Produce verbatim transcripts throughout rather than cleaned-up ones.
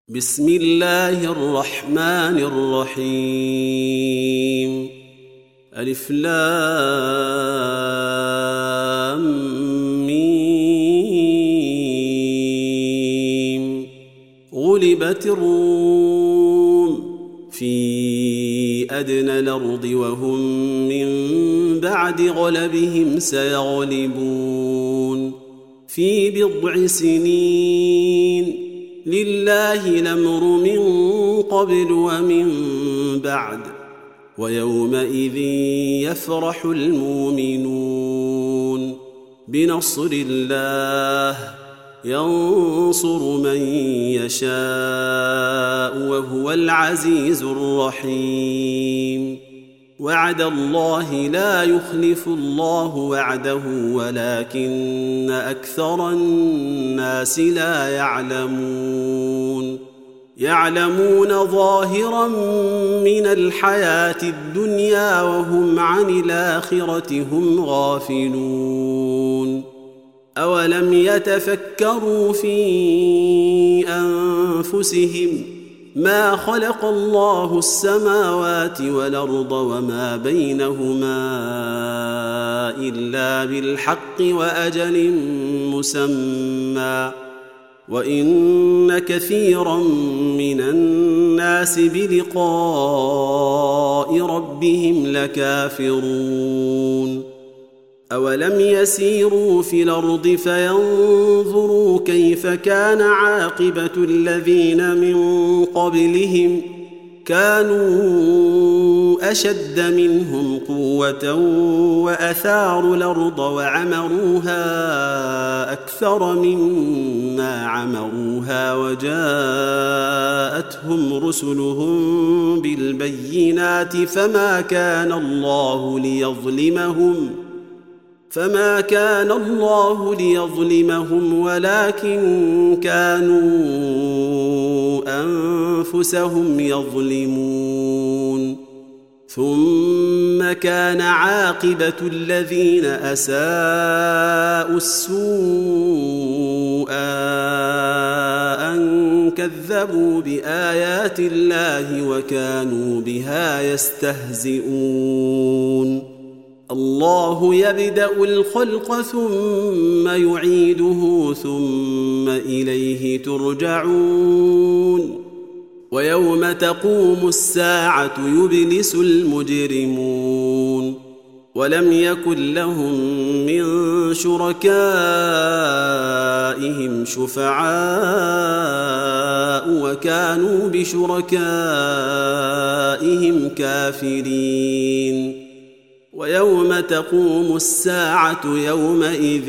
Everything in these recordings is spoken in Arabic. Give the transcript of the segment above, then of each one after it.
بسم الله الرحمن الرحيم. ألف لام ميم. غلبت الروم في أدنى الأرض وهم من بعد غلبهم سيغلبون في بضع سنين. لله الأمر من قبل ومن بعد، ويومئذ يفرح المؤمنون بنصر الله ينصر من يشاء وهو العزيز الرحيم. وعد الله لا يخلف الله وعده ولكن أكثر الناس لا يعلمون. يعلمون ظاهرا من الحياة الدنيا وهم عن الآخرة هم غافلون. أولم يتفكروا في أنفسهم ما خلق الله السماوات والأرض وما بينهما إلا بالحق وأجل مسمى، وإن كثيرا من الناس بلقاء ربهم لكافرون. أولم يسيروا في الأرض فينظروا كيف كان عاقبة الذين من قبلهم كانوا أشد منهم قوة وأثاروا الأرض وعمروها أكثر مما عمروها وجاءتهم رسلهم بالبينات فما كان الله ليظلمهم فما كان الله ليظلمهم ولكن كانوا أنفسهم يظلمون. ثم كان عاقبة الذين أساءوا السوء أن كذبوا بآيات الله وكانوا بها يستهزئون. الله يبدأ الخلق ثم يعيده ثم إليه ترجعون. ويوم تقوم الساعة يبلس المجرمون ولم يكن لهم من شركائهم شفعاء وكانوا بشركائهم كافرين. ويوم تقوم الساعة يومئذ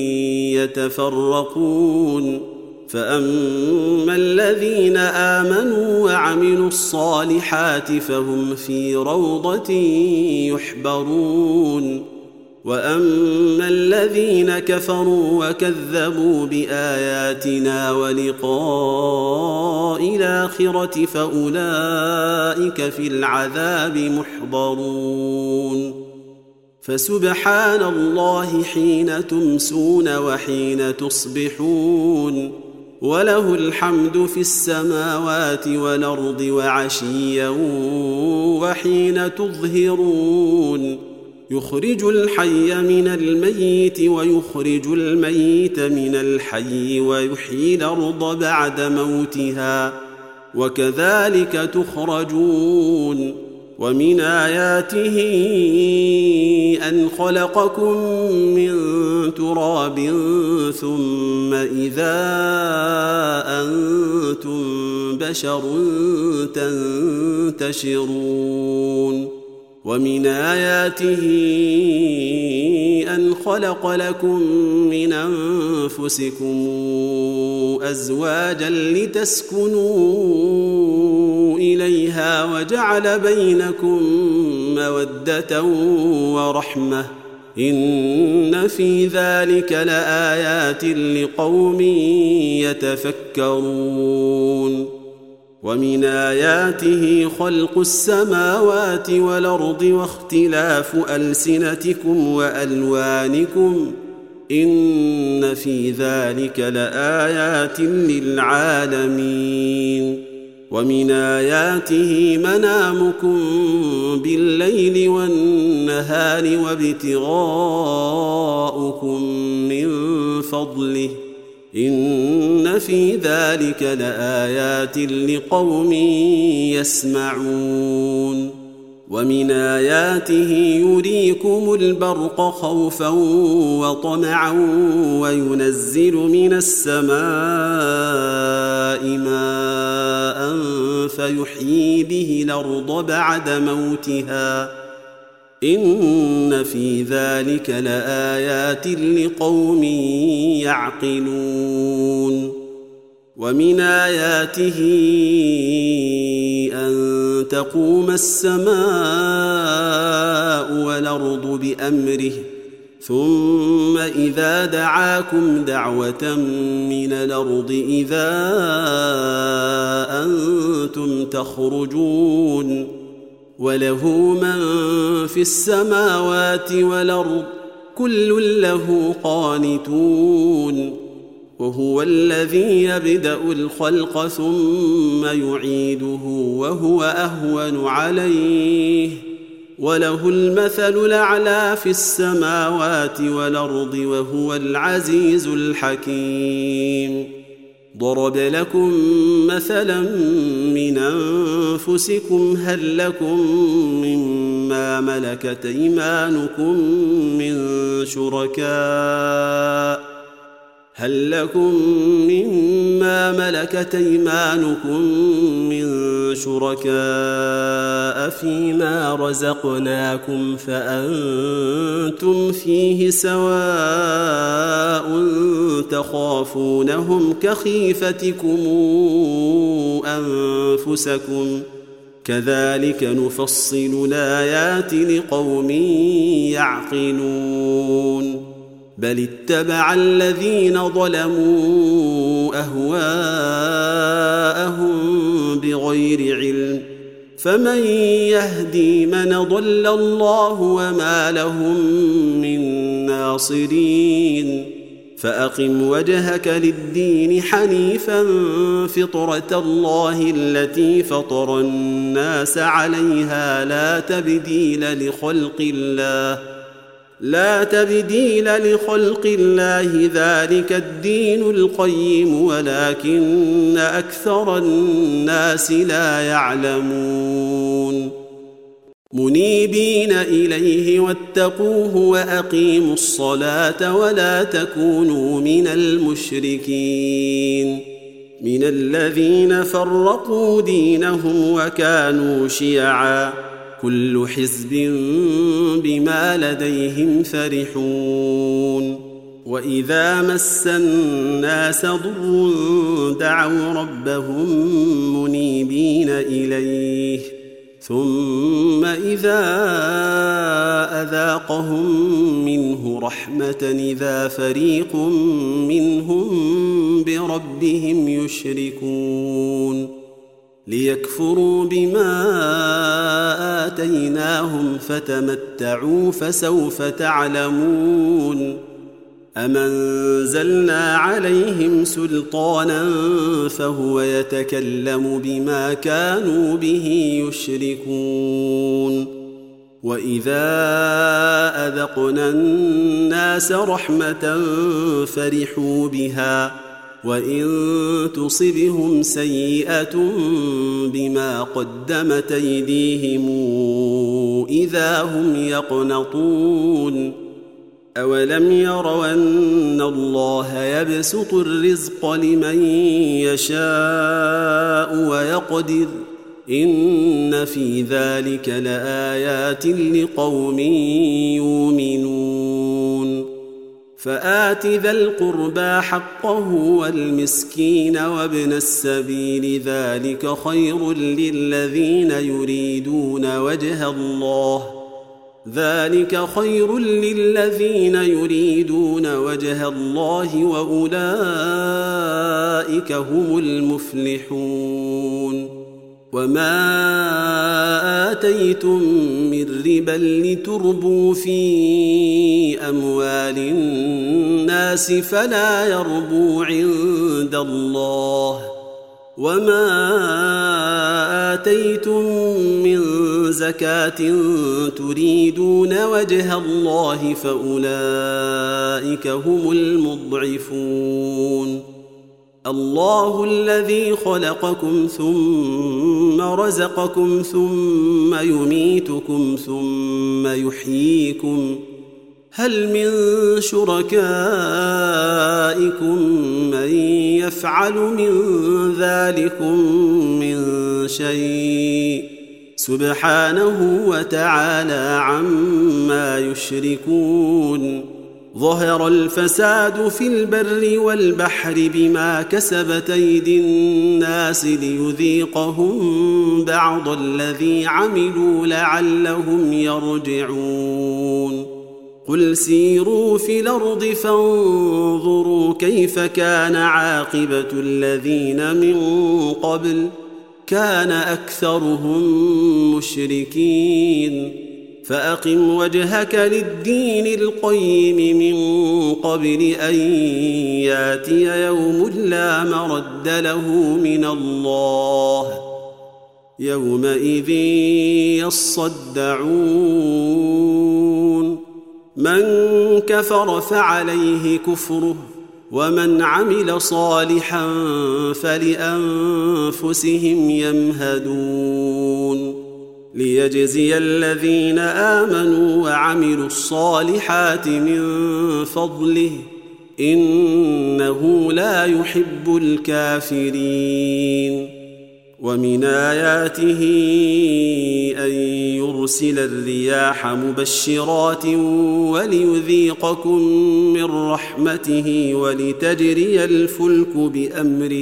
يتفرقون، فأما الذين آمنوا وعملوا الصالحات فهم في روضة يحبرون، وأما الذين كفروا وكذبوا بآياتنا ولقاء الآخرة فأولئك في العذاب محضرون. فسبحان الله حين تمسون وحين تصبحون، وله الحمد في السماوات والأرض وعشيا وحين تظهرون. يخرج الحي من الميت ويخرج الميت من الحي ويحيي الأرض بعد موتها وكذلك تخرجون. ومن آياته أن خلقكم من تراب ثم إذا أنتم بشر تنتشرون. ومن آياته أن خلق لكم من أنفسكم أزواجا لتسكنوا إليها وجعل بينكم مودة ورحمة إن في ذلك لآيات لقوم يتفكرون. ومن آياته خلق السماوات والأرض واختلاف ألسنتكم وألوانكم إن في ذلك لآيات للعالمين ومن آياته منامكم بالليل والنهار وابتغاؤكم من فضله إن في ذلك لآيات لقوم يسمعون ومن آياته يريكم البرق خوفا وطمعا وينزل من السماء ماء فيحيي به الأرض بعد موتها إن في ذلك لآيات لقوم يعقلون ومن آياته أن تقوم السماء والأرض بأمره ثم إذا دعاكم دعوة من الأرض إذا أنتم تخرجون وله من في السماوات والأرض كل له قانتون وهو الذي يبدأ الخلق ثم يعيده وهو أهون عليه وله المثل الأعلى في السماوات والأرض وهو العزيز الحكيم ضرب لكم مثلا من أنفسكم هل لكم مما ملكت أيمانكم من شركاء هل لكم مما ملكت أيمانكم من شركاء فيما رزقناكم فأنتم فيه سواء تخافونهم كخيفتكم أنفسكم كذلك نفصل الآيات لقوم يعقلون بل اتبع الذين ظلموا أهواءهم بغير علم فمن يهدي من ضل الله وما لهم من ناصرين فأقم وجهك للدين حنيفا فطرة الله التي فطر الناس عليها لا تبديل لخلق الله لا تبديل لخلق الله ذلك الدين القيم ولكن أكثر الناس لا يعلمون منيبين إليه واتقوه وأقيموا الصلاة ولا تكونوا من المشركين من الذين فرقوا دينهم وكانوا شيعا كل حزب بما لديهم فرحون وإذا مس الناس ضر دعوا ربهم منيبين إليه ثم إذا أذاقهم منه رحمة إذا فريق منهم بربهم يشركون ليكفروا بما آتيناهم فتمتعوا فسوف تعلمون أم أنزلنا عليهم سلطانا فهو يتكلم بما كانوا به يشركون وإذا أذقنا الناس رحمة فرحوا بها وإن تصبهم سيئة بما قدمت أيديهم إذا هم يقنطون أولم يروا أن الله يبسط الرزق لمن يشاء ويقدر إن في ذلك لآيات لقوم يؤمنون فآت ذا القربى حقه والمسكين وابن السبيل ذلك خير للذين يريدون وجه الله ذلك خير للذين يريدون وجه الله وأولئك هم المفلحون وما آتيتم من ربا لتربوا في أموال الناس فلا يربو عند الله وما آتيتم من زكاة تريدون وجه الله فأولئك هم المضعفون الله الذي خلقكم ثم رزقكم ثم يميتكم ثم يحييكم هل من شركائكم من يفعل من ذلكم من شيء سبحانه وتعالى عما يشركون ظهر الفساد في البر والبحر بما كسبت أيدي الناس ليذيقهم بعض الذي عملوا لعلهم يرجعون قل سيروا في الأرض فانظروا كيف كان عاقبة الذين من قبل كان أكثرهم مشركين فأقم وجهك للدين القيم من قبل أن ياتي يوم لا مرد له من الله يومئذ يصدعون من كفر فعليه كفره ومن عمل صالحا فلأنفسهم يمهدون ليجزي الذين آمنوا وعملوا الصالحات من فضله إنه لا يحب الكافرين ومن آياته أن يرسل الرياح مبشرات وليذيقكم من رحمته ولتجري الفلك بأمره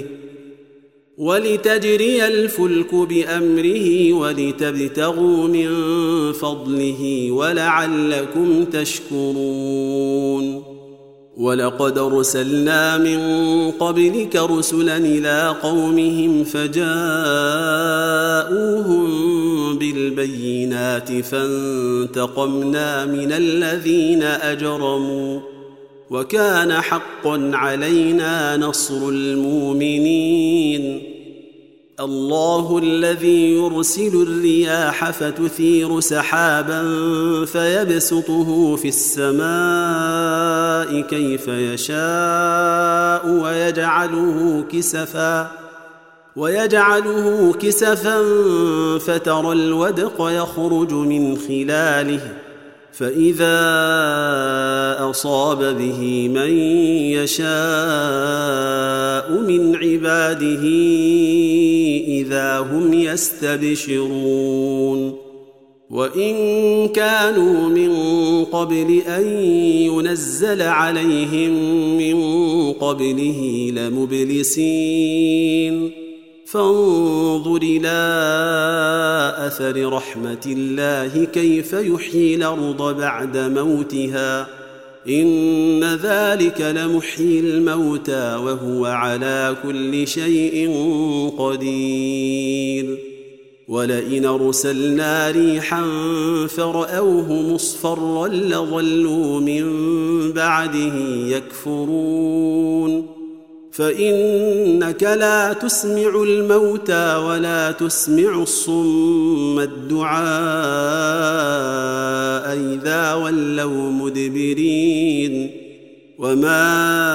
ولتجري الفلك بأمره ولتبتغوا من فضله ولعلكم تشكرون ولقد أرسلنا من قبلك رسلا إلى قومهم فجاءوهم بالبينات فانتقمنا من الذين أجرموا وكان حقا علينا نصر المؤمنين الله الذي يرسل الرياح فتثير سحابا فيبسطه في السماء كيف يشاء ويجعله كسفا ويجعله كسفا فترى الودق يخرج من خلاله فإذا أصاب به من يشاء من عباده إذا هم يستبشرون وإن كانوا من قبل أن ينزل عليهم من قبله لمبلسين فانظر إلى أثر رحمة الله كيف يحيي الأرض بعد موتها إن ذلك لمحيي الموتى وهو على كل شيء قدير ولئن أرسلنا ريحا فرأوه مصفرا لظلوا من بعده يكفرون فإنك لا تسمع الموتى ولا تسمع الصم الدعاء إذا ولوا مدبرين وما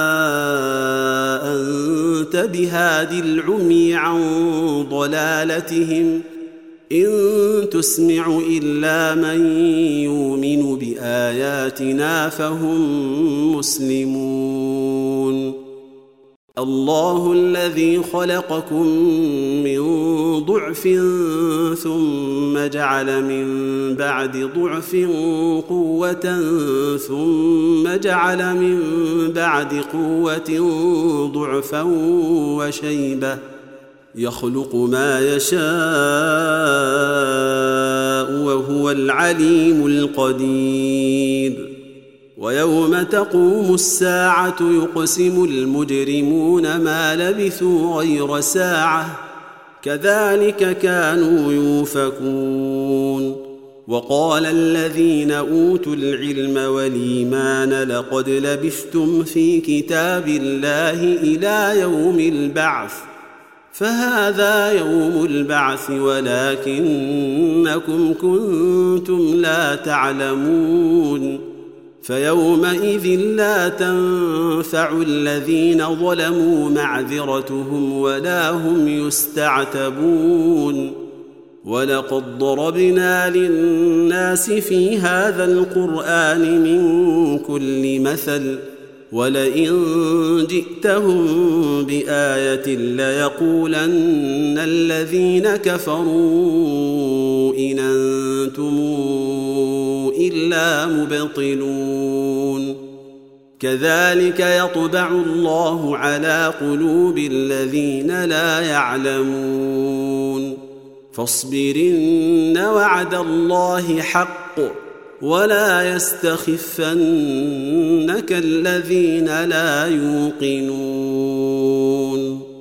أنت بهادي العمي عن ضلالتهم إن تسمع إلا من يؤمن بآياتنا فهم مسلمون الله الذي خلقكم من ضعف ثم جعل من بعد ضعف قوة ثم جعل من بعد قوة ضعفا وشيبة يخلق ما يشاء وهو العليم القدير ويوم تقوم الساعة يقسم المجرمون ما لبثوا غير ساعة كذلك كانوا يؤفكون وقال الذين أوتوا العلم والإيمان لقد لبثتم في كتاب الله إلى يوم البعث فهذا يوم البعث ولكنكم كنتم لا تعلمون فيومئذ لا تنفع الذين ظلموا معذرتهم ولا هم يستعتبون ولقد ضربنا للناس في هذا القرآن من كل مثل ولئن جئتهم بآية ليقولن الذين كفروا إن أنتم إلا مبطلون كذلك يطبع الله على قلوب الذين لا يعلمون فاصبرن وعد الله حق ولا يستخفنك الذين لا يوقنون